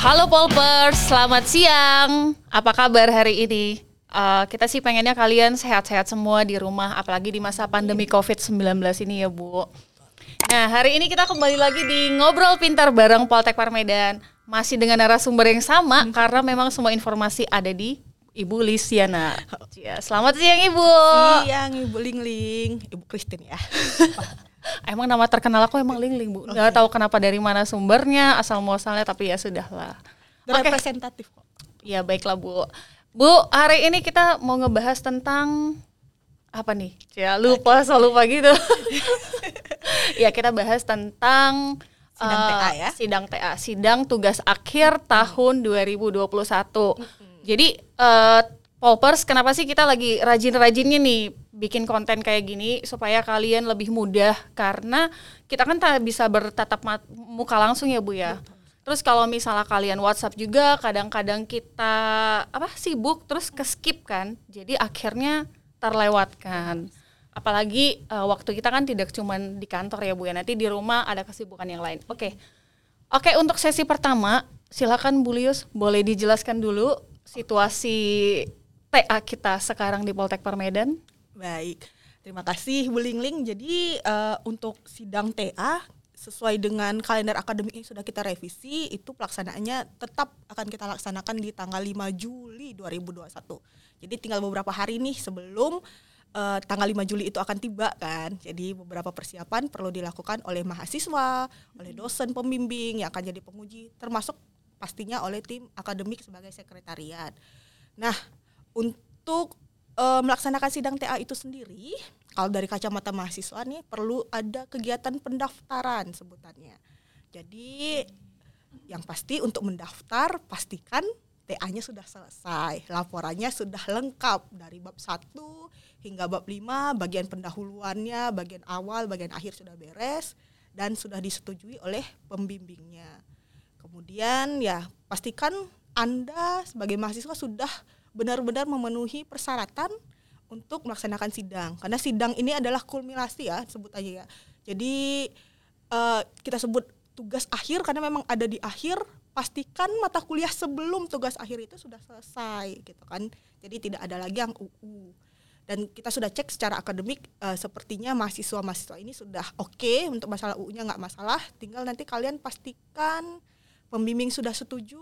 Halo Polpers, selamat siang. Apa kabar hari ini? Kita sih pengennya kalian sehat-sehat semua di rumah, apalagi di masa pandemi COVID-19 ini ya Bu. Nah, hari ini kita kembali lagi di Ngobrol Pintar bareng Poltek Parmedan. Masih dengan narasumber yang sama, karena memang semua informasi ada di Ibu Lisyana. Ya, selamat siang Ibu. Siang Ibu Lingling, Ibu Christine ya. Emang nama terkenal aku emang Lingling Bu. Nggak tahu kenapa dari mana sumbernya, asal muasalnya, tapi ya sudahlah. Representatif kok. Ya baiklah Bu. Bu, hari ini kita mau ngebahas tentang apa nih? Ya lupa, selalu lupa gitu. Ya kita bahas tentang Sidang TA ya. Sidang tugas akhir tahun 2021. Jadi Polpers, kenapa sih kita lagi rajin-rajinnya nih bikin konten kayak gini supaya kalian lebih mudah, karena kita kan tak bisa bertatap muka langsung ya Bu ya. Terus kalau misalnya kalian WhatsApp juga kadang-kadang kita sibuk terus ke-skip kan. Jadi akhirnya terlewatkan. Apalagi waktu kita kan tidak cuma di kantor ya Bu ya. Nanti di rumah ada kesibukan yang lain. Oke, untuk sesi pertama silakan Bu Lius, boleh dijelaskan dulu situasi TA kita sekarang di Poltek Parmedan. Baik, terima kasih Bu Lingling. Jadi untuk sidang TA sesuai dengan kalender akademik yang sudah kita revisi, itu pelaksanaannya tetap akan kita laksanakan di tanggal 5 Juli 2021. Jadi tinggal beberapa hari nih sebelum tanggal 5 Juli itu akan tiba kan. Jadi beberapa persiapan perlu dilakukan oleh mahasiswa, oleh dosen pembimbing yang akan jadi penguji, termasuk pastinya oleh tim akademik sebagai sekretariat. Nah, untuk melaksanakan sidang TA itu sendiri, kalau dari kacamata mahasiswa nih perlu ada kegiatan pendaftaran sebutannya. Jadi yang pasti untuk mendaftar pastikan TA-nya sudah selesai, laporannya sudah lengkap dari bab 1 hingga bab 5, bagian pendahuluannya, bagian awal, bagian akhir sudah beres dan sudah disetujui oleh pembimbingnya. Kemudian ya pastikan Anda sebagai mahasiswa sudah benar-benar memenuhi persyaratan untuk melaksanakan sidang. Karena sidang ini adalah kulminasi ya sebut aja ya. Jadi kita sebut tugas akhir karena memang ada di akhir. Pastikan mata kuliah sebelum tugas akhir itu sudah selesai gitu kan. Jadi tidak ada lagi yang UU. Dan kita sudah cek secara akademik sepertinya mahasiswa-mahasiswa ini sudah oke untuk masalah UU-nya nggak masalah. Tinggal nanti kalian pastikan pembimbing sudah setuju.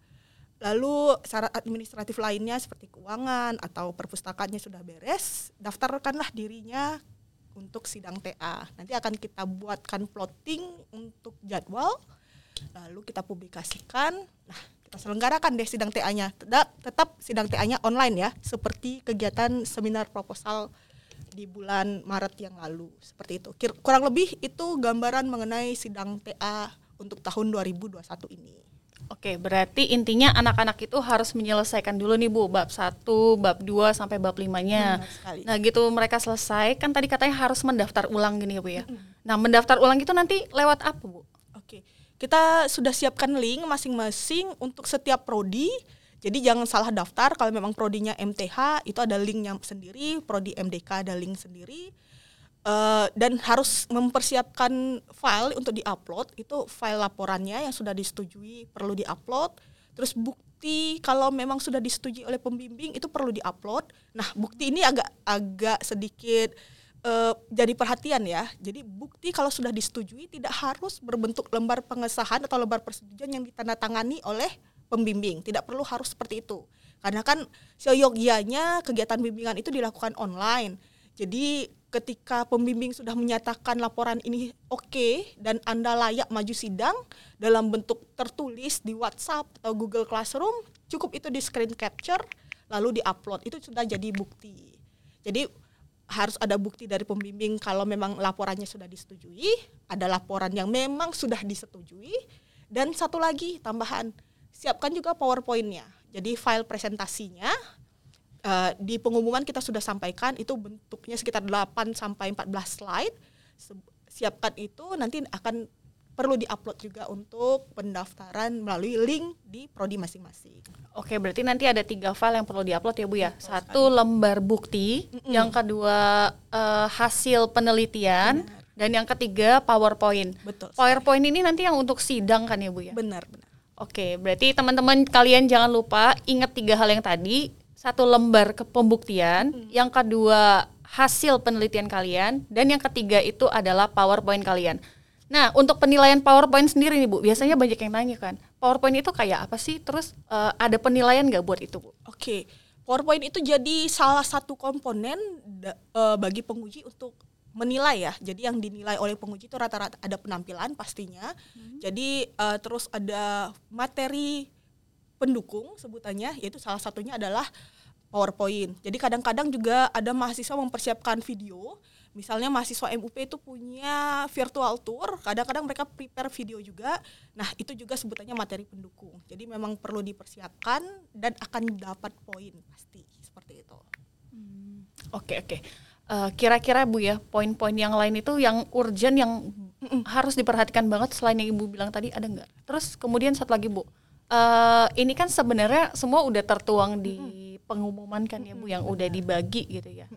Lalu syarat administratif lainnya seperti keuangan atau perpustakaannya sudah beres, daftarkanlah dirinya untuk sidang TA. Nanti akan kita buatkan plotting untuk jadwal, lalu kita publikasikan. Nah, kita selenggarakan deh sidang TA-nya. Tetap sidang TA-nya online ya, seperti kegiatan seminar proposal di bulan Maret yang lalu. Seperti itu. Kurang lebih itu gambaran mengenai sidang TA untuk tahun 2021 ini. Oke, berarti intinya anak-anak itu harus menyelesaikan dulu nih Bu, bab 1, bab 2 sampai bab 5-nya. Nah, gitu mereka selesai, kan tadi katanya harus mendaftar ulang gini ya Bu ya. Nah, mendaftar ulang itu nanti lewat apa Bu? Oke, kita sudah siapkan link masing-masing untuk setiap prodi. Jadi jangan salah daftar, kalau memang prodinya MTH itu ada linknya sendiri, prodi MDK ada link sendiri. Dan harus mempersiapkan file untuk diupload, itu file laporannya yang sudah disetujui perlu diupload. Terus bukti kalau memang sudah disetujui oleh pembimbing itu perlu diupload. Nah, bukti ini agak sedikit jadi perhatian ya. Jadi bukti kalau sudah disetujui tidak harus berbentuk lembar pengesahan atau lembar persetujuan yang ditandatangani oleh pembimbing. Tidak perlu harus seperti itu. Karena kan seyogyanya kegiatan bimbingan itu dilakukan online. Jadi ketika pembimbing sudah menyatakan laporan ini oke dan Anda layak maju sidang dalam bentuk tertulis di WhatsApp atau Google Classroom, cukup itu di screen capture lalu di-upload, itu sudah jadi bukti. Jadi harus ada bukti dari pembimbing kalau memang laporannya sudah disetujui, ada laporan yang memang sudah disetujui, dan satu lagi tambahan, siapkan juga PowerPoint-nya. Jadi file presentasinya di pengumuman kita sudah sampaikan itu bentuknya sekitar 8 sampai 14 slide. Siapkan itu, nanti akan perlu diupload juga untuk pendaftaran melalui link di prodi masing-masing. Oke, berarti nanti ada 3 file yang perlu diupload ya Bu ya. 1 lembar bukti, yang kedua hasil penelitian, dan yang ketiga PowerPoint. Betul. PowerPoint ini nanti yang untuk sidang kan ya Bu ya? Benar. Oke, berarti teman-teman kalian jangan lupa ingat 3 hal yang tadi. 1 lembar pembuktian, yang kedua hasil penelitian kalian, dan yang ketiga itu adalah PowerPoint kalian. Nah, untuk penilaian PowerPoint sendiri nih Bu, biasanya banyak yang nanya kan, PowerPoint itu kayak apa sih? Terus ada penilaian nggak buat itu Bu? Oke, PowerPoint itu jadi salah satu komponen bagi penguji untuk menilai ya. Jadi yang dinilai oleh penguji itu rata-rata ada penampilan pastinya. Jadi terus ada materi pendukung sebutannya, yaitu salah satunya adalah PowerPoint. Jadi kadang-kadang juga ada mahasiswa mempersiapkan video. Misalnya mahasiswa MUP itu punya virtual tour, kadang-kadang mereka prepare video juga. Nah, itu juga sebutannya materi pendukung. Jadi memang perlu dipersiapkan dan akan dapat poin pasti seperti itu. Oke. Kira-kira Bu ya, poin-poin yang lain itu yang urgent yang harus diperhatikan banget selain yang Ibu bilang tadi ada nggak? Terus kemudian satu lagi Bu, ini kan sebenarnya semua udah tertuang di pengumuman kan ya Bu, yang udah dibagi gitu ya.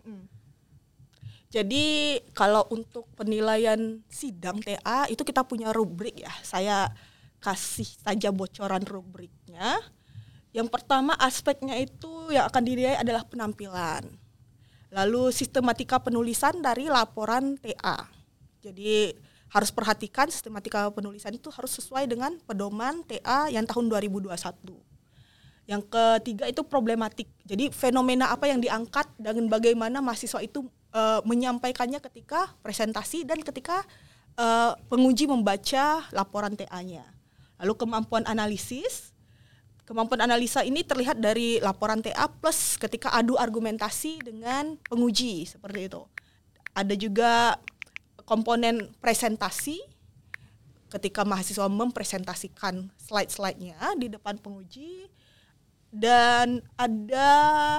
Jadi kalau untuk penilaian sidang TA itu kita punya rubrik ya. Saya kasih saja bocoran rubriknya. Yang pertama aspeknya itu yang akan dinilai adalah penampilan. Lalu sistematika penulisan dari laporan TA. Jadi harus perhatikan sistematika penulisan itu harus sesuai dengan pedoman TA yang tahun 2021. Yang ketiga itu problematik. Jadi fenomena apa yang diangkat dan bagaimana mahasiswa itu menyampaikannya ketika presentasi dan ketika penguji membaca laporan TA-nya. Lalu kemampuan analisis. Kemampuan analisa ini terlihat dari laporan TA plus ketika adu argumentasi dengan penguji seperti itu. Ada juga komponen presentasi ketika mahasiswa mempresentasikan slide-slide-nya di depan penguji. Dan ada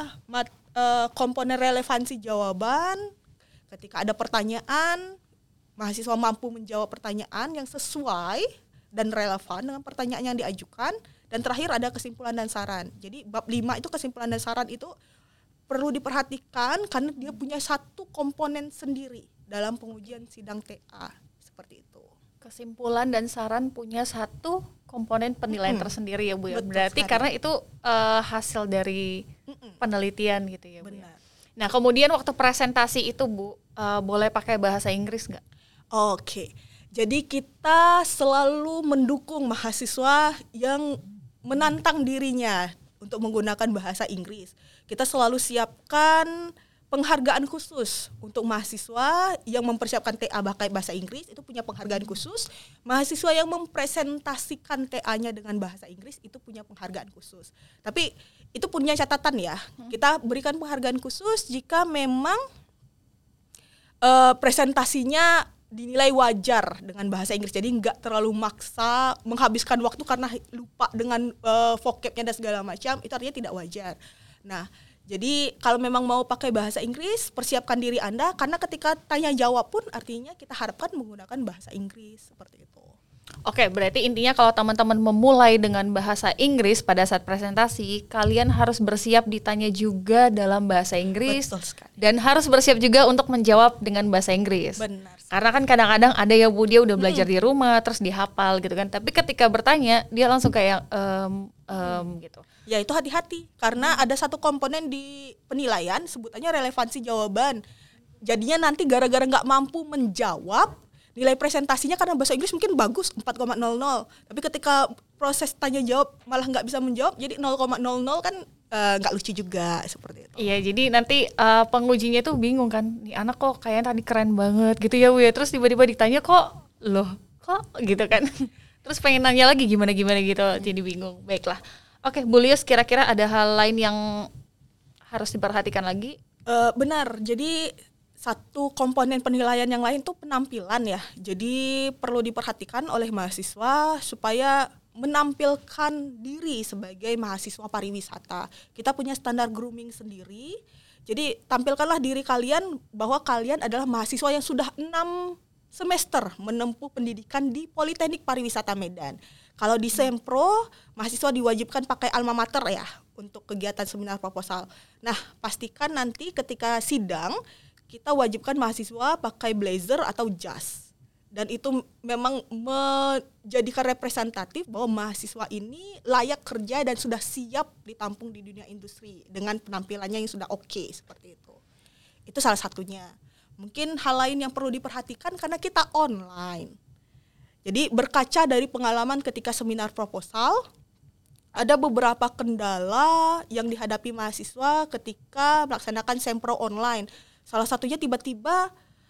komponen relevansi jawaban. Ketika ada pertanyaan, mahasiswa mampu menjawab pertanyaan yang sesuai dan relevan dengan pertanyaan yang diajukan. Dan terakhir ada kesimpulan dan saran. Jadi bab 5 itu kesimpulan dan saran itu perlu diperhatikan karena dia punya satu komponen sendiri dalam pengujian sidang TA seperti itu. Kesimpulan dan saran punya satu komponen penilaian tersendiri ya Bu ya. Betul Berarti sekali. karena itu hasil dari penelitian gitu ya Bu. Benar. Ya. Nah kemudian waktu presentasi itu Bu, boleh pakai bahasa Inggris nggak? Oke, jadi kita selalu mendukung mahasiswa yang menantang dirinya untuk menggunakan bahasa Inggris. Kita selalu siapkan penghargaan khusus untuk mahasiswa yang mempersiapkan TA pakai bahasa Inggris, itu punya penghargaan khusus. Mahasiswa yang mempresentasikan TA-nya dengan bahasa Inggris itu punya penghargaan khusus. Tapi itu punya catatan ya, kita berikan penghargaan khusus jika memang presentasinya dinilai wajar dengan bahasa Inggris. Jadi nggak terlalu maksa, menghabiskan waktu karena lupa dengan vocabnya dan segala macam, itu artinya tidak wajar. Nah, jadi kalau memang mau pakai bahasa Inggris, persiapkan diri Anda, karena ketika tanya jawab pun artinya kita harapkan menggunakan bahasa Inggris, seperti itu. Oke, berarti intinya kalau teman-teman memulai dengan bahasa Inggris pada saat presentasi, kalian harus bersiap ditanya juga dalam bahasa Inggris. Betul sekali. Dan harus bersiap juga untuk menjawab dengan bahasa Inggris. Benar. Karena kan kadang-kadang ada ya Bu, dia udah belajar di rumah terus dihafal gitu kan. Tapi ketika bertanya, dia langsung kayak gitu. Ya itu hati-hati, karena ada satu komponen di penilaian, sebutannya relevansi jawaban. Jadinya nanti gara-gara nggak mampu menjawab, nilai presentasinya karena bahasa Inggris mungkin bagus 4,00, tapi ketika proses tanya jawab malah nggak bisa menjawab, jadi 0,00 kan nggak lucu juga seperti itu. Iya, jadi nanti pengujinya tuh bingung kan, nih anak kok kayaknya tadi keren banget gitu ya Bu ya, terus tiba-tiba ditanya kok gitu kan, terus pengen nanya lagi gimana gitu, jadi bingung. Baiklah, oke Bu Lius, kira-kira ada hal lain yang harus diperhatikan lagi? Benar, jadi satu komponen penilaian yang lain tuh penampilan ya. Jadi perlu diperhatikan oleh mahasiswa supaya menampilkan diri sebagai mahasiswa pariwisata. Kita punya standar grooming sendiri. Jadi tampilkanlah diri kalian bahwa kalian adalah mahasiswa yang sudah 6 semester menempuh pendidikan di Politeknik Pariwisata Medan. Kalau di Sempro, mahasiswa diwajibkan pakai alma mater ya untuk kegiatan seminar proposal. Nah, pastikan nanti ketika sidang kita wajibkan mahasiswa pakai blazer atau jas. dan itu memang menjadikan representatif bahwa mahasiswa ini layak kerja dan sudah siap ditampung di dunia industri dengan penampilannya yang sudah oke, seperti itu. Itu salah satunya. Mungkin hal lain yang perlu diperhatikan karena kita online. Jadi berkaca dari pengalaman ketika seminar proposal, ada beberapa kendala yang dihadapi mahasiswa ketika melaksanakan sempro online. Salah satunya tiba-tiba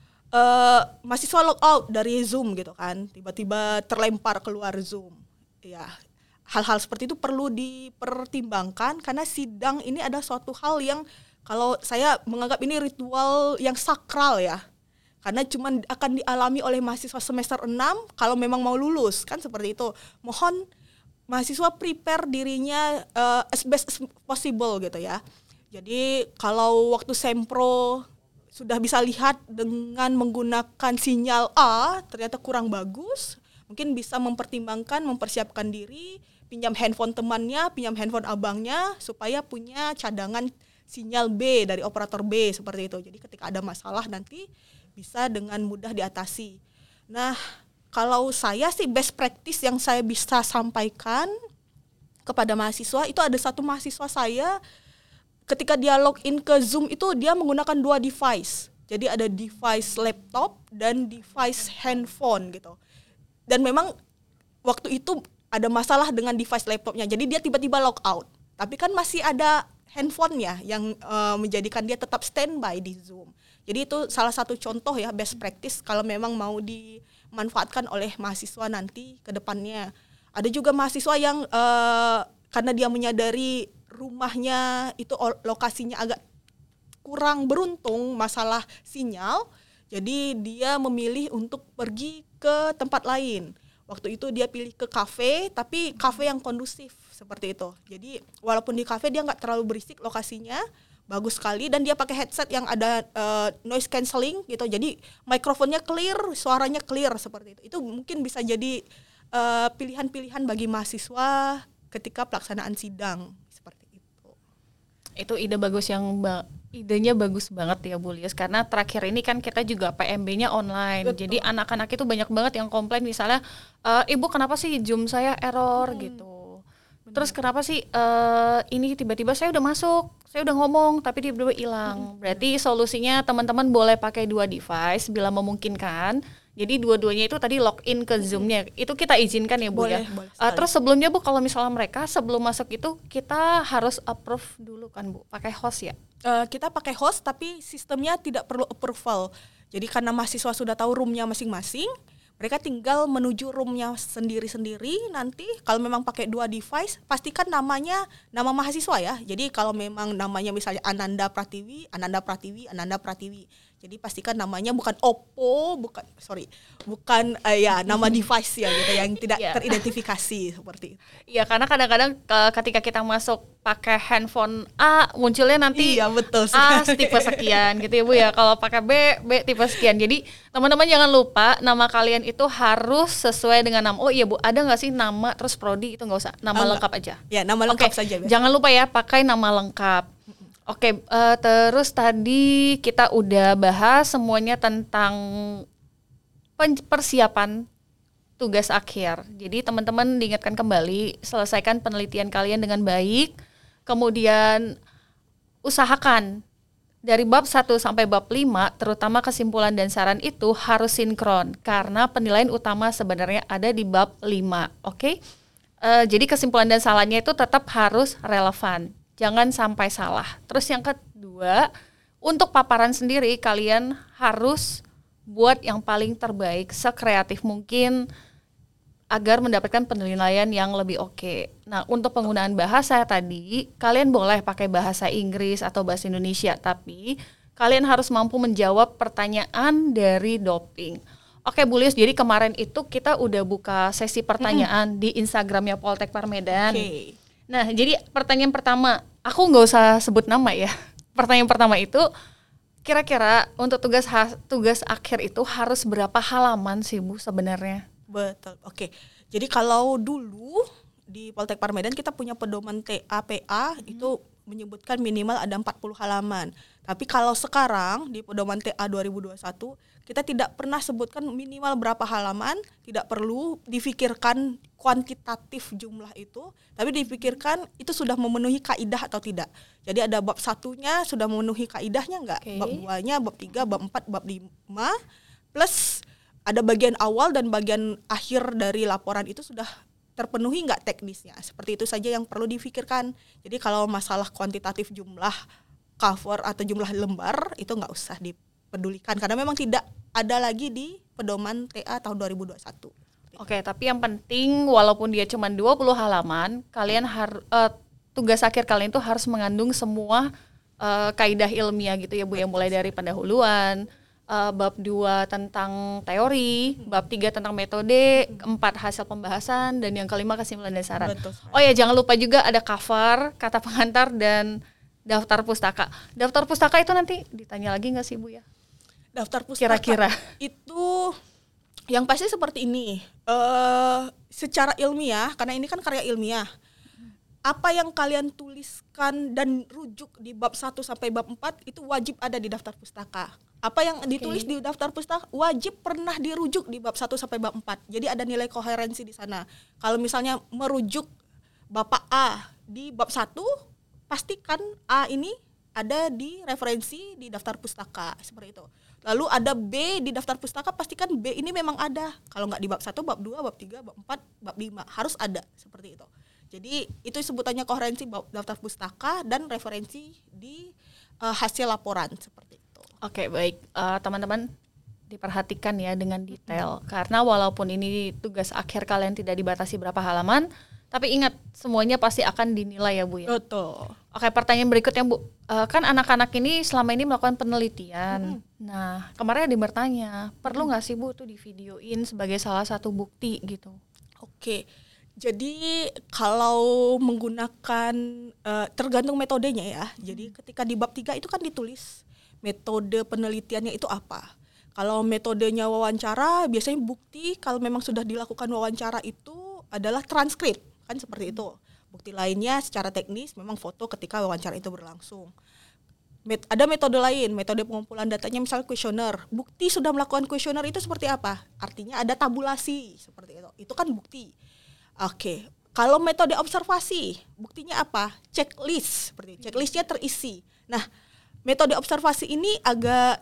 mahasiswa log out dari Zoom gitu kan, tiba-tiba terlempar keluar Zoom. Ya, hal-hal seperti itu perlu dipertimbangkan karena sidang ini ada suatu hal yang kalau saya menganggap ini ritual yang sakral ya. Karena cuma akan dialami oleh mahasiswa semester 6 kalau memang mau lulus, kan seperti itu. Mohon mahasiswa prepare dirinya as best as possible gitu ya. Jadi kalau waktu sempro sudah bisa lihat dengan menggunakan sinyal A ternyata kurang bagus, mungkin bisa mempersiapkan diri, pinjam handphone temannya, pinjam handphone abangnya supaya punya cadangan sinyal B dari operator B seperti itu. Jadi ketika ada masalah nanti bisa dengan mudah diatasi. Nah, kalau saya sih best practice yang saya bisa sampaikan kepada mahasiswa, itu ada satu mahasiswa saya ketika dia login ke Zoom itu dia menggunakan 2 device. Jadi ada device laptop dan device handphone gitu. Dan memang waktu itu ada masalah dengan device laptopnya. Jadi dia tiba-tiba log out. Tapi kan masih ada handphonenya yang menjadikan dia tetap standby di Zoom. Jadi itu salah satu contoh ya best practice kalau memang mau dimanfaatkan oleh mahasiswa nanti ke depannya. Ada juga mahasiswa yang karena dia menyadari rumahnya itu lokasinya agak kurang beruntung masalah sinyal, jadi dia memilih untuk pergi ke tempat lain. Waktu itu dia pilih ke kafe, tapi kafe yang kondusif seperti itu. Jadi walaupun di kafe dia nggak terlalu berisik lokasinya, bagus sekali, dan dia pakai headset yang ada noise cancelling gitu. Jadi mikrofonnya clear, suaranya clear seperti itu. Itu mungkin bisa jadi pilihan-pilihan bagi mahasiswa ketika pelaksanaan sidang seperti itu. Itu ide bagus idenya bagus banget ya Bu Lius, karena terakhir ini kan kita juga PMB-nya online. Betul. Jadi anak-anak itu banyak banget yang komplain misalnya, Ibu kenapa sih Zoom saya error gitu. Terus kenapa sih ini tiba-tiba saya udah masuk, saya udah ngomong tapi tiba-tiba hilang. Berarti solusinya teman-teman boleh pakai 2 device bila memungkinkan. Jadi dua-duanya itu tadi login ke Zoom-nya. Itu kita izinkan ya Bu Boleh, ya. boleh Terus sebelumnya Bu, kalau misalnya mereka sebelum masuk itu kita harus approve dulu kan Bu, pakai host ya? Kita pakai host tapi sistemnya tidak perlu approval. Jadi karena mahasiswa sudah tahu room-nya masing-masing, mereka tinggal menuju room-nya sendiri-sendiri. Nanti kalau memang pakai 2 device, pastikan nama mahasiswa ya. Jadi kalau memang namanya misalnya Ananda Pratiwi. Jadi pastikan namanya bukan Oppo, bukan nama device ya gitu yang tidak teridentifikasi seperti itu. Iya, karena kadang-kadang ketika kita masuk pakai handphone A, munculnya nanti betul A tipe sekian gitu ya Bu ya. Kalau pakai B tipe sekian. Jadi teman-teman jangan lupa nama kalian itu harus sesuai dengan nama. Oh iya Bu, ada nggak sih nama terus prodi itu nggak usah, nama lengkap aja. Ya, nama lengkap saja. Jangan lupa ya pakai nama lengkap. Oke, terus tadi kita udah bahas semuanya tentang persiapan tugas akhir. Jadi teman-teman diingatkan kembali, selesaikan penelitian kalian dengan baik, kemudian usahakan dari bab 1 sampai bab 5, terutama kesimpulan dan saran itu harus sinkron, karena penilaian utama sebenarnya ada di bab 5, oke? Jadi kesimpulan dan sarannya itu tetap harus relevan. Jangan sampai salah. Terus yang kedua, untuk paparan sendiri kalian harus buat yang paling terbaik, sekreatif mungkin agar mendapatkan penilaian yang lebih oke. Nah, untuk penggunaan bahasa tadi, kalian boleh pakai bahasa Inggris atau bahasa Indonesia, tapi kalian harus mampu menjawab pertanyaan dari doping. Oke Bu Lius, jadi kemarin itu kita udah buka sesi pertanyaan di Instagramnya Poltek Parmedan. Okay. Nah, jadi pertanyaan pertama, aku nggak usah sebut nama ya. Pertanyaan pertama itu, kira-kira untuk tugas akhir itu harus berapa halaman sih Bu sebenarnya? Betul, oke. Jadi kalau dulu di Poltek Parmedan kita punya pedoman TAPA itu menyebutkan minimal ada 40 halaman. Tapi kalau sekarang di Pedoman TA 2021 kita tidak pernah sebutkan minimal berapa halaman, tidak perlu difikirkan kuantitatif jumlah itu, tapi dipikirkan itu sudah memenuhi kaidah atau tidak. Jadi ada bab 1-nya sudah memenuhi kaidahnya enggak? Bab 2-nya, bab 3, bab 4, bab 5 plus ada bagian awal dan bagian akhir dari laporan itu sudah terpenuhi nggak teknisnya. Seperti itu saja yang perlu difikirkan. Jadi kalau masalah kuantitatif jumlah cover atau jumlah lembar itu nggak usah dipedulikan karena memang tidak ada lagi di Pedoman TA tahun 2021. Oke, tapi yang penting walaupun dia cuma 20 halaman, kalian tugas akhir kalian itu harus mengandung semua kaidah ilmiah gitu ya Bu, yang mulai dari pendahuluan, bab 2 tentang teori, bab 3 tentang metode, 4 hasil pembahasan, dan yang kelima kesimpulan dan saran. Betul. Oh ya, jangan lupa juga ada cover, kata pengantar, dan daftar pustaka. Daftar pustaka itu nanti ditanya lagi nggak sih Bu ya? Daftar pustaka Kira-kira itu yang pasti seperti ini. Secara ilmiah, karena ini kan karya ilmiah, apa yang kalian tuliskan dan rujuk di bab 1 sampai bab 4 itu wajib ada di daftar pustaka. Apa yang ditulis di daftar pustaka wajib pernah dirujuk di bab 1 sampai bab 4. Jadi ada nilai koherensi di sana. Kalau misalnya merujuk Bapak A di bab 1, pastikan A ini ada di referensi di daftar pustaka, seperti itu. Lalu ada B di daftar pustaka, pastikan B ini memang ada. Kalau nggak di bab 1, bab 2, bab 3, bab 4, bab 5 harus ada, seperti itu. Jadi itu sebutannya koherensi daftar pustaka dan referensi di hasil laporan, seperti itu. Oke, baik. Teman-teman diperhatikan ya dengan detail. Karena walaupun ini tugas akhir kalian tidak dibatasi berapa halaman, tapi ingat semuanya pasti akan dinilai ya Bu ya. Betul. Oke, pertanyaan berikutnya Bu. Kan anak-anak ini selama ini melakukan penelitian. Nah, kemarin ada yang bertanya, perlu nggak sih Bu tuh divideoin sebagai salah satu bukti gitu? Oke. Jadi kalau menggunakan tergantung metodenya ya. Jadi ketika di bab 3 itu kan ditulis metode penelitiannya itu apa. Kalau metodenya wawancara, biasanya bukti kalau memang sudah dilakukan wawancara itu adalah transkrip, kan seperti itu. Bukti lainnya secara teknis memang foto ketika wawancara itu berlangsung. Ada metode lain, metode pengumpulan datanya misalnya kuesioner. Bukti sudah melakukan kuesioner itu seperti apa? Artinya ada tabulasi, seperti itu. Itu kan bukti. Oke. Kalau metode observasi, buktinya apa? Checklist, seperti itu. Checklistnya terisi. Nah, metode observasi ini agak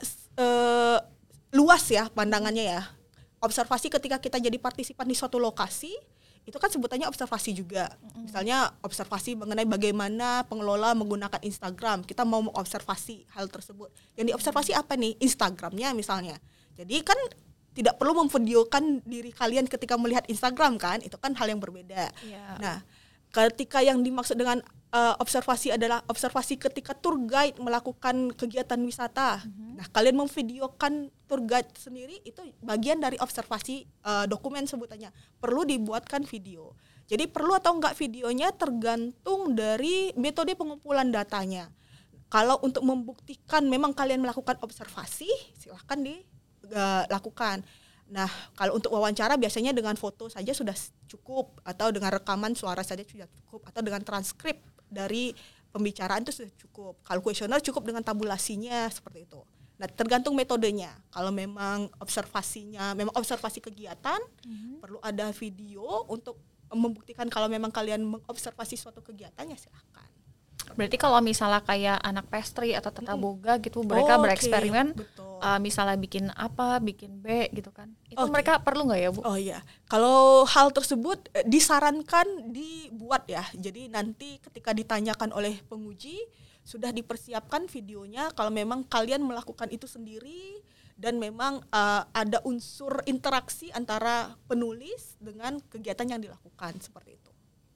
luas ya pandangannya ya. Observasi ketika kita jadi partisipan di suatu lokasi, itu kan sebutannya observasi juga. Misalnya observasi mengenai bagaimana pengelola menggunakan Instagram. Kita mau mengobservasi hal tersebut. Yang diobservasi apa nih? Instagramnya misalnya. Jadi kan tidak perlu memvideokan diri kalian ketika melihat Instagram kan. Itu kan hal yang berbeda. Yeah. Nah, ketika yang dimaksud dengan observasi adalah observasi ketika tour guide melakukan kegiatan wisata. Nah, kalian memvideokan tour guide sendiri itu bagian dari observasi dokumen sebutannya. Perlu dibuatkan video. Jadi perlu atau enggak videonya tergantung dari metode pengumpulan datanya. Kalau untuk membuktikan memang kalian melakukan observasi, silahkan dilakukan. Nah, kalau untuk wawancara biasanya dengan foto saja sudah cukup, atau dengan rekaman suara saja sudah cukup, atau dengan transkrip dari pembicaraan itu sudah cukup. Kalau kuesioner cukup dengan tabulasinya, seperti itu. Nah, tergantung metodenya. Kalau memang observasinya, memang observasi kegiatan, perlu ada video untuk membuktikan kalau memang kalian mengobservasi suatu kegiatan, ya silahkan. Berarti kalau misalnya kayak anak pastry atau tata boga gitu, mereka bereksperimen, misalnya bikin A, bikin B gitu kan, itu mereka perlu nggak ya Bu? Oh iya, kalau hal tersebut disarankan dibuat ya. Jadi nanti ketika ditanyakan oleh penguji, sudah dipersiapkan videonya kalau memang kalian melakukan itu sendiri dan memang ada unsur interaksi antara penulis dengan kegiatan yang dilakukan, seperti itu.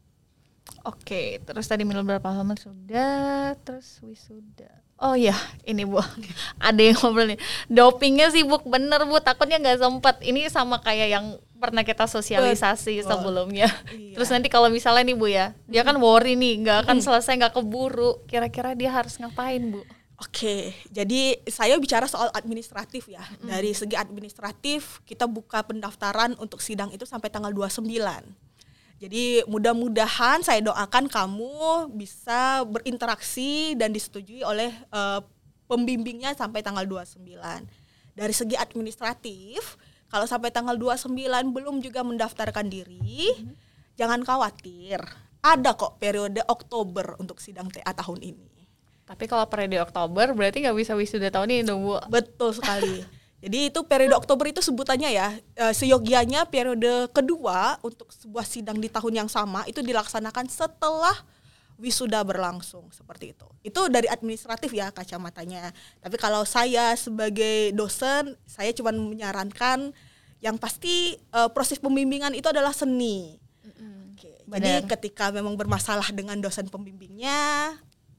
Oke, terus tadi minum berapa lama sudah, terus wisuda. Oh iya, ini Bu, ada yang ngobrol nih. Dopingnya sibuk bener Bu, takutnya nggak sempat. Ini sama kayak yang pernah kita sosialisasi sebelumnya. Iya. Terus nanti kalau misalnya nih Bu ya, dia kan worry nih, nggak akan selesai, nggak keburu. Kira-kira dia harus ngapain Bu? Oke, jadi saya bicara soal administratif ya. Dari segi administratif, kita buka pendaftaran untuk sidang itu sampai tanggal 29. Jadi mudah-mudahan saya doakan kamu bisa berinteraksi dan disetujui oleh pembimbingnya sampai tanggal 29. Dari segi administratif, kalau sampai tanggal 29 belum juga mendaftarkan diri, jangan khawatir. Ada kok periode Oktober untuk sidang TA tahun ini. Tapi kalau periode Oktober berarti nggak bisa wisuda tahun ini dong, Bu? Betul sekali. Jadi itu periode Oktober itu sebutannya ya, seyogianya periode kedua untuk sebuah sidang di tahun yang sama itu dilaksanakan setelah wisuda berlangsung, seperti itu. Itu dari administratif ya kacamatanya. Tapi kalau saya sebagai dosen, saya cuma menyarankan yang pasti proses pembimbingan itu adalah seni. Oke. Jadi ketika memang bermasalah dengan dosen pembimbingnya,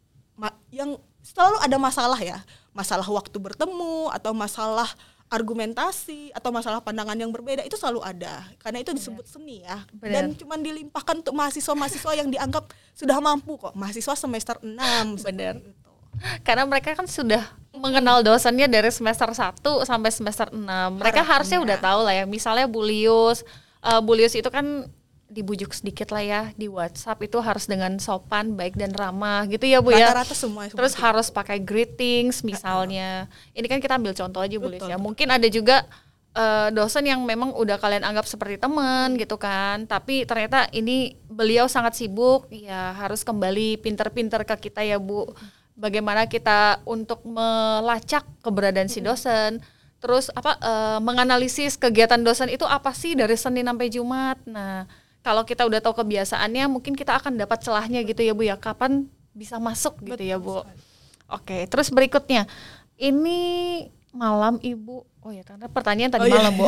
yang selalu ada masalah ya, masalah waktu bertemu atau masalah argumentasi atau masalah pandangan yang berbeda itu selalu ada, karena itu disebut seni ya. Dan cuma dilimpahkan untuk mahasiswa-mahasiswa yang dianggap sudah mampu kok, mahasiswa semester 6. Benar. Karena mereka kan sudah mengenal dosennya dari semester 1 sampai semester 6. Mereka harusnya udah tahu lah ya. Misalnya Bulius itu kan dibujuk sedikit lah ya di WhatsApp itu harus dengan sopan, baik dan ramah gitu ya Bu ya. Rata-rata semua. Terus harus pakai greetings misalnya. Ini kan kita ambil contoh aja Bulius ya. Mungkin ada juga dosen yang memang udah kalian anggap seperti teman gitu kan, tapi ternyata ini beliau sangat sibuk, ya harus kembali pinter-pinter ke kita ya Bu. Bagaimana kita untuk melacak keberadaan si dosen. Terus menganalisis kegiatan dosen itu apa sih dari Senin sampai Jumat. Nah, kalau kita udah tahu kebiasaannya, mungkin kita akan dapat celahnya gitu ya Bu ya, kapan bisa masuk gitu. Betul ya Bu. Sekali. Oke, terus berikutnya, ini malam Ibu, karena pertanyaan tadi malam Bu.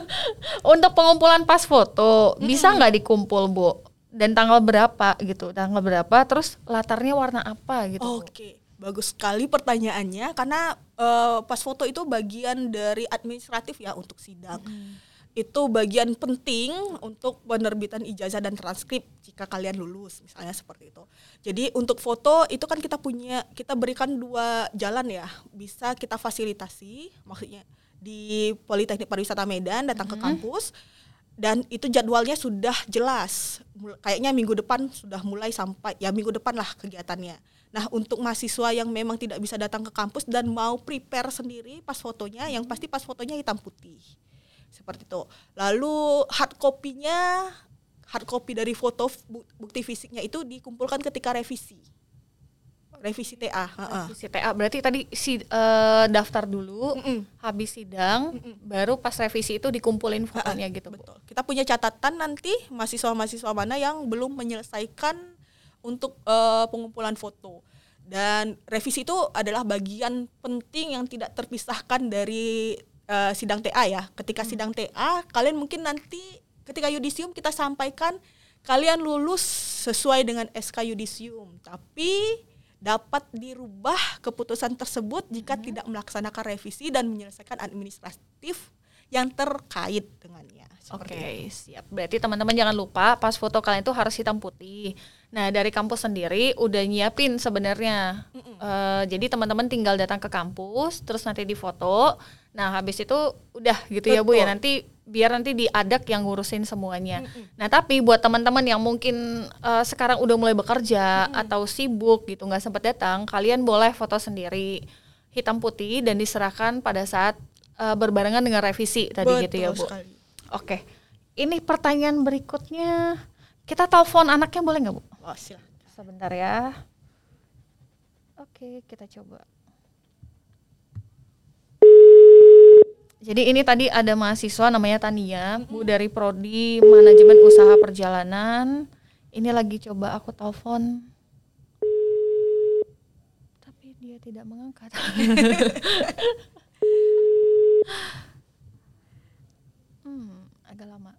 Untuk pengumpulan pas foto, bisa nggak dikumpul Bu? Dan tanggal berapa gitu, terus latarnya warna apa gitu. Oke, bagus sekali pertanyaannya, karena pas foto itu bagian dari administratif ya untuk sidang. Itu bagian penting untuk penerbitan ijazah dan transkrip jika kalian lulus misalnya seperti itu. Jadi untuk foto itu kan kita berikan 2 jalan ya, bisa kita fasilitasi, maksudnya di Politeknik Pariwisata Medan datang ke kampus, dan itu jadwalnya sudah jelas, kayaknya minggu depan sudah mulai sampai ya minggu depan lah kegiatannya. Nah untuk mahasiswa yang memang tidak bisa datang ke kampus dan mau prepare sendiri pas fotonya, yang pasti pas fotonya hitam putih. Seperti itu. Lalu hard copy dari foto bukti fisiknya itu dikumpulkan ketika revisi TA. Revisi TA berarti tadi daftar dulu, habis sidang, baru pas revisi itu dikumpulin fotonya gitu. Betul. Kita punya catatan nanti mahasiswa-mahasiswa mana yang belum menyelesaikan untuk pengumpulan foto. Dan revisi itu adalah bagian penting yang tidak terpisahkan dari sidang TA ya. Ketika sidang TA, kalian mungkin nanti ketika yudisium kita sampaikan kalian lulus sesuai dengan SK yudisium, tapi dapat dirubah keputusan tersebut jika tidak melaksanakan revisi dan menyelesaikan administratif yang terkait dengannya. Oke, siap. Berarti teman-teman jangan lupa pas foto kalian itu harus hitam putih. Nah, dari kampus sendiri udah nyiapin sebenarnya. Jadi teman-teman tinggal datang ke kampus, terus nanti difoto. Nah, habis itu udah gitu. Betul. Ya Bu ya, biar nanti diadak yang ngurusin semuanya. Nah, tapi buat teman-teman yang mungkin sekarang udah mulai bekerja atau sibuk gitu, nggak sempat datang, kalian boleh foto sendiri hitam putih dan diserahkan pada saat berbarengan dengan revisi tadi. Betul gitu ya Bu. Sekali. Oke, ini pertanyaan berikutnya, kita telepon anaknya boleh nggak Bu? Oh, silakan. Sebentar ya. Oke, kita coba. Jadi ini tadi ada mahasiswa namanya Tania, Bu, dari Prodi Manajemen Usaha Perjalanan. Ini lagi coba aku telepon, tapi dia tidak mengangkat. Agak lama.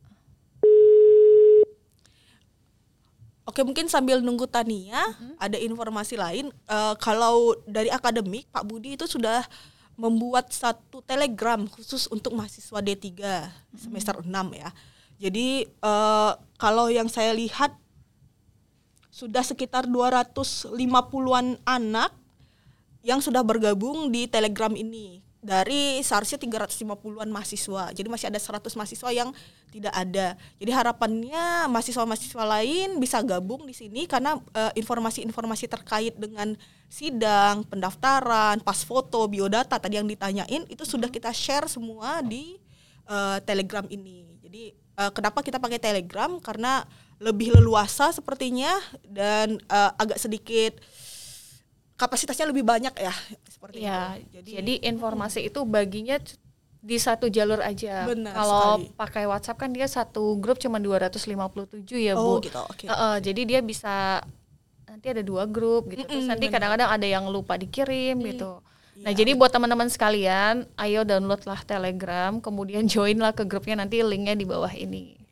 Oke, mungkin sambil nunggu Tania, ada informasi lain. Kalau dari akademik, Pak Budi itu sudah membuat satu telegram khusus untuk mahasiswa D3 semester 6 ya. Jadi kalau yang saya lihat sudah sekitar 250-an anak yang sudah bergabung di telegram ini. dari seharusnya 350-an mahasiswa. Jadi masih ada 100 mahasiswa yang tidak ada. Jadi harapannya mahasiswa-mahasiswa lain bisa gabung di sini karena informasi-informasi terkait dengan sidang, pendaftaran, pas foto, biodata tadi yang ditanyain itu sudah kita share semua di Telegram ini. Jadi kenapa kita pakai Telegram? Karena lebih leluasa sepertinya dan agak sedikit kapasitasnya lebih banyak ya seperti ya, itu. Jadi informasi itu baginya di satu jalur aja. Benar Kalau sekali. pakai WhatsApp kan dia satu grup cuma 257 ya, Bu. Oh gitu, oke. Jadi dia bisa nanti ada 2 grup gitu. Terus nanti kadang-kadang ada yang lupa dikirim gitu. Nah, jadi buat teman-teman sekalian, ayo downloadlah Telegram, kemudian joinlah ke grupnya, nanti linknya di bawah ini.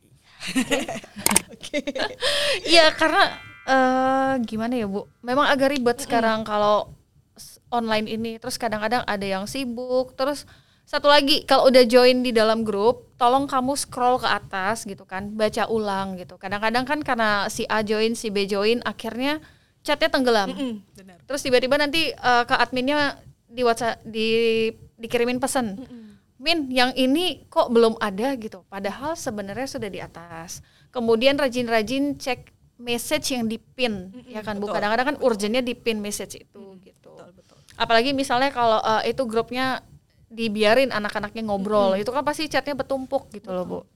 Oke. Iya, karena gimana ya, Bu? Memang agak ribet sekarang kalau online ini. Terus kadang-kadang ada yang sibuk. Terus satu lagi, kalau udah join di dalam grup, tolong kamu scroll ke atas gitu kan, baca ulang gitu. Kadang-kadang kan karena si A join, si B join, akhirnya chatnya tenggelam. Benar. Terus tiba-tiba nanti ke adminnya di WhatsApp dikirimin pesan. Min, yang ini kok belum ada gitu. Padahal sebenarnya sudah di atas. Kemudian rajin-rajin cek message yang di pin, ya kan Bu. Kadang-kadang kan urgentnya di pin message itu gitu. Betul. Apalagi misalnya kalau itu grupnya dibiarin anak-anaknya ngobrol, itu kan pasti chatnya bertumpuk gitu loh, Bu.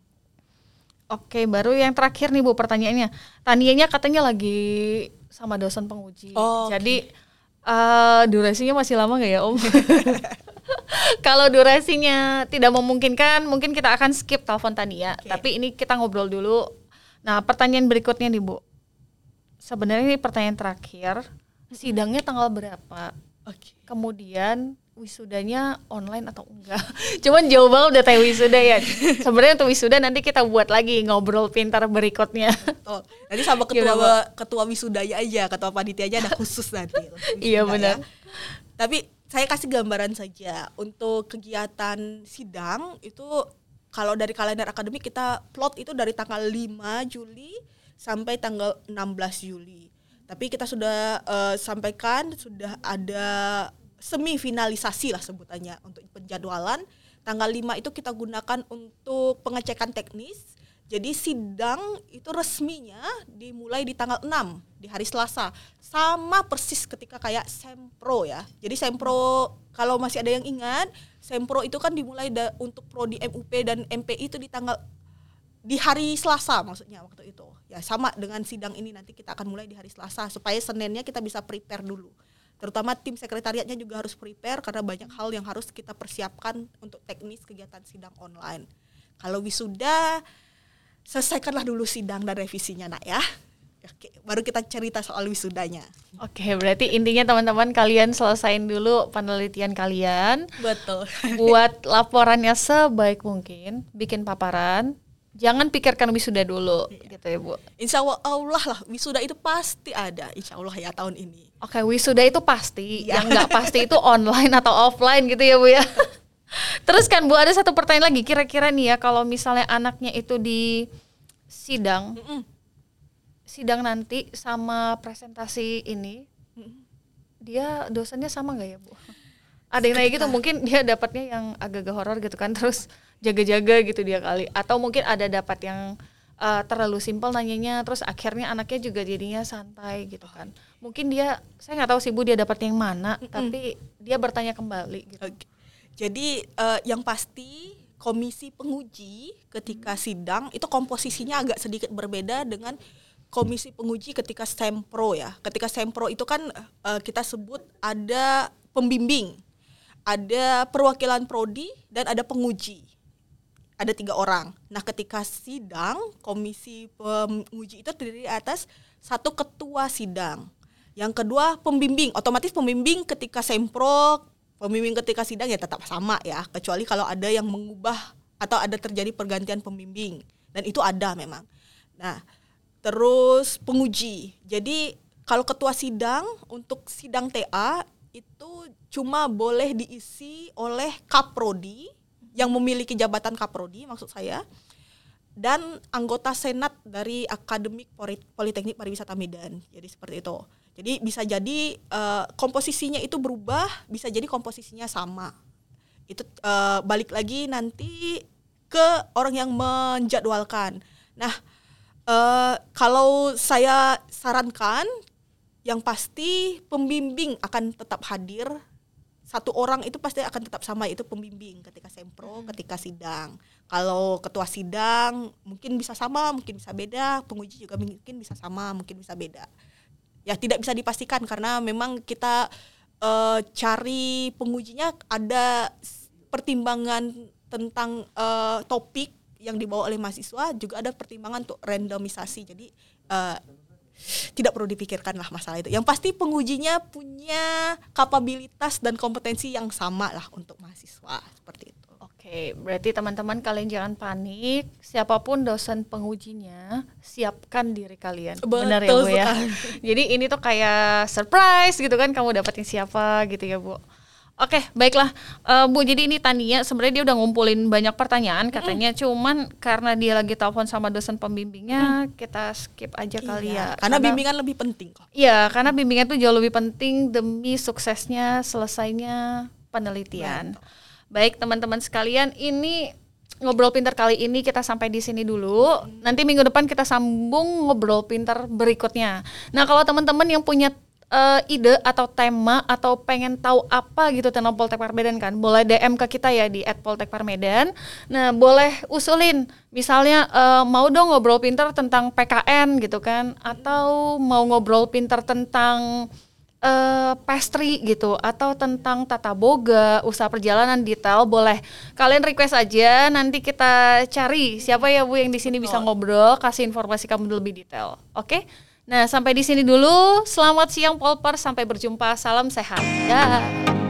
Oke, baru yang terakhir nih Bu pertanyaannya. Tanianya katanya lagi sama dosen penguji. Jadi durasinya masih lama nggak ya Om? Kalau durasinya tidak memungkinkan, mungkin kita akan skip telepon Tania. Tapi ini kita ngobrol dulu. Nah, pertanyaan berikutnya nih Bu. Sebenarnya ini pertanyaan terakhir. Sidangnya tanggal berapa? Kemudian wisudanya online atau enggak? Cuman jauh banget udah tanya wisuda ya. Sebenarnya untuk wisuda nanti kita buat lagi ngobrol pintar berikutnya. Betul. Nanti sama ketua wisudanya aja, ketua panitia aja ada khusus nanti. Iya benar. Ya. Tapi saya kasih gambaran saja untuk kegiatan sidang itu kalau dari kalender akademik kita plot itu dari tanggal 5 Juli sampai tanggal 16 Juli. Tapi kita sudah sampaikan sudah ada semifinalisasi lah sebutannya untuk penjadwalan. Tanggal 5 itu kita gunakan untuk pengecekan teknis. Jadi sidang itu resminya dimulai di tanggal 6 di hari Selasa. Sama persis ketika kayak Sempro ya. Jadi Sempro kalau masih ada yang ingat, Sempro itu kan dimulai untuk prodi MUP dan MPI itu di hari Selasa maksudnya waktu itu. Ya sama dengan sidang ini nanti kita akan mulai di hari Selasa supaya Seninnya kita bisa prepare dulu. Terutama tim sekretariatnya juga harus prepare karena banyak hal yang harus kita persiapkan untuk teknis kegiatan sidang online. Kalau wisuda selesaikanlah dulu sidang dan revisinya nak ya. Oke, baru kita cerita soal wisudanya. Oke, berarti intinya teman-teman kalian selesain dulu penelitian kalian. Betul. Buat laporannya sebaik mungkin, bikin paparan. Jangan pikirkan wisuda dulu, gitu ya Bu. Insya Allah lah wisuda itu pasti ada, insya Allah ya tahun ini. Oke, wisuda itu pasti. Yang nggak pasti itu online atau offline gitu ya Bu ya. Terus kan Bu ada satu pertanyaan lagi, kira-kira nih ya kalau misalnya anaknya itu di sidang nanti sama presentasi ini, dia dosennya sama nggak ya Bu? Ada yang nanya gitu, mungkin dia dapatnya yang agak-agak horor gitu kan, terus jaga-jaga gitu dia kali, atau mungkin ada dapat yang terlalu simpel nanyanya, terus akhirnya anaknya juga jadinya santai gitu kan. Mungkin dia, saya nggak tahu sih Bu dia dapat yang mana, tapi dia bertanya kembali gitu. Jadi yang pasti komisi penguji ketika sidang itu komposisinya agak sedikit berbeda dengan komisi penguji ketika Sempro ya. Ketika Sempro itu kan kita sebut ada pembimbing, ada perwakilan prodi dan ada penguji. Ada 3 orang. Nah ketika sidang komisi penguji itu terdiri atas 1 ketua sidang. Yang kedua pembimbing. Otomatis pembimbing ketika Sempro, pembimbing ketika sidang ya tetap sama ya, kecuali kalau ada yang mengubah atau ada terjadi pergantian pembimbing, dan itu ada memang. Nah, terus penguji. Jadi kalau ketua sidang untuk sidang TA itu cuma boleh diisi oleh Kaprodi yang memiliki jabatan Kaprodi maksud saya, dan anggota senat dari Akademik Politeknik Pariwisata Medan. Jadi seperti itu. Jadi bisa jadi komposisinya itu berubah, bisa jadi komposisinya sama. Itu balik lagi nanti ke orang yang menjadwalkan. Nah, kalau saya sarankan, yang pasti pembimbing akan tetap hadir. Satu orang itu pasti akan tetap sama, yaitu pembimbing ketika sempro, ketika sidang. Kalau ketua sidang mungkin bisa sama, mungkin bisa beda. Penguji juga mungkin bisa sama, mungkin bisa beda. Ya tidak bisa dipastikan karena memang kita cari pengujinya ada pertimbangan tentang topik yang dibawa oleh mahasiswa, juga ada pertimbangan untuk randomisasi. Jadi tidak perlu dipikirkan lah masalah itu. Yang pasti pengujinya punya kapabilitas dan kompetensi yang sama lah untuk mahasiswa, seperti itu. Oke, berarti teman-teman kalian jangan panik. Siapapun dosen pengujinya, siapkan diri kalian. Benar ya Bu ya? Jadi ini tuh kayak surprise gitu kan, kamu dapetin siapa gitu ya Bu. Oke, baiklah Bu, jadi ini Tania sebenarnya dia udah ngumpulin banyak pertanyaan katanya, cuman karena dia lagi telepon sama dosen pembimbingnya, kita skip aja kali ya. Karena bimbingan lebih penting kok. Iya, karena bimbingan tuh jauh lebih penting demi suksesnya selesainya penelitian. Baik teman-teman sekalian, ini Ngobrol Pintar kali ini kita sampai di sini dulu. Nanti minggu depan kita sambung Ngobrol Pintar berikutnya. Nah, kalau teman-teman yang punya ide atau tema atau pengen tahu apa gitu tentang Poltek Parmedan kan, boleh DM ke kita ya di @poltekparmedan. Nah, boleh usulin misalnya mau dong ngobrol pintar tentang PKN gitu kan, atau mau ngobrol pintar tentang pastry gitu, atau tentang tata boga, usaha perjalanan detail, boleh kalian request aja, nanti kita cari siapa ya Bu yang di sini bisa ngobrol, kasih informasi kamu lebih detail. Oke? Nah, sampai di sini dulu. Selamat siang Polpers, sampai berjumpa. Salam sehat. Dah.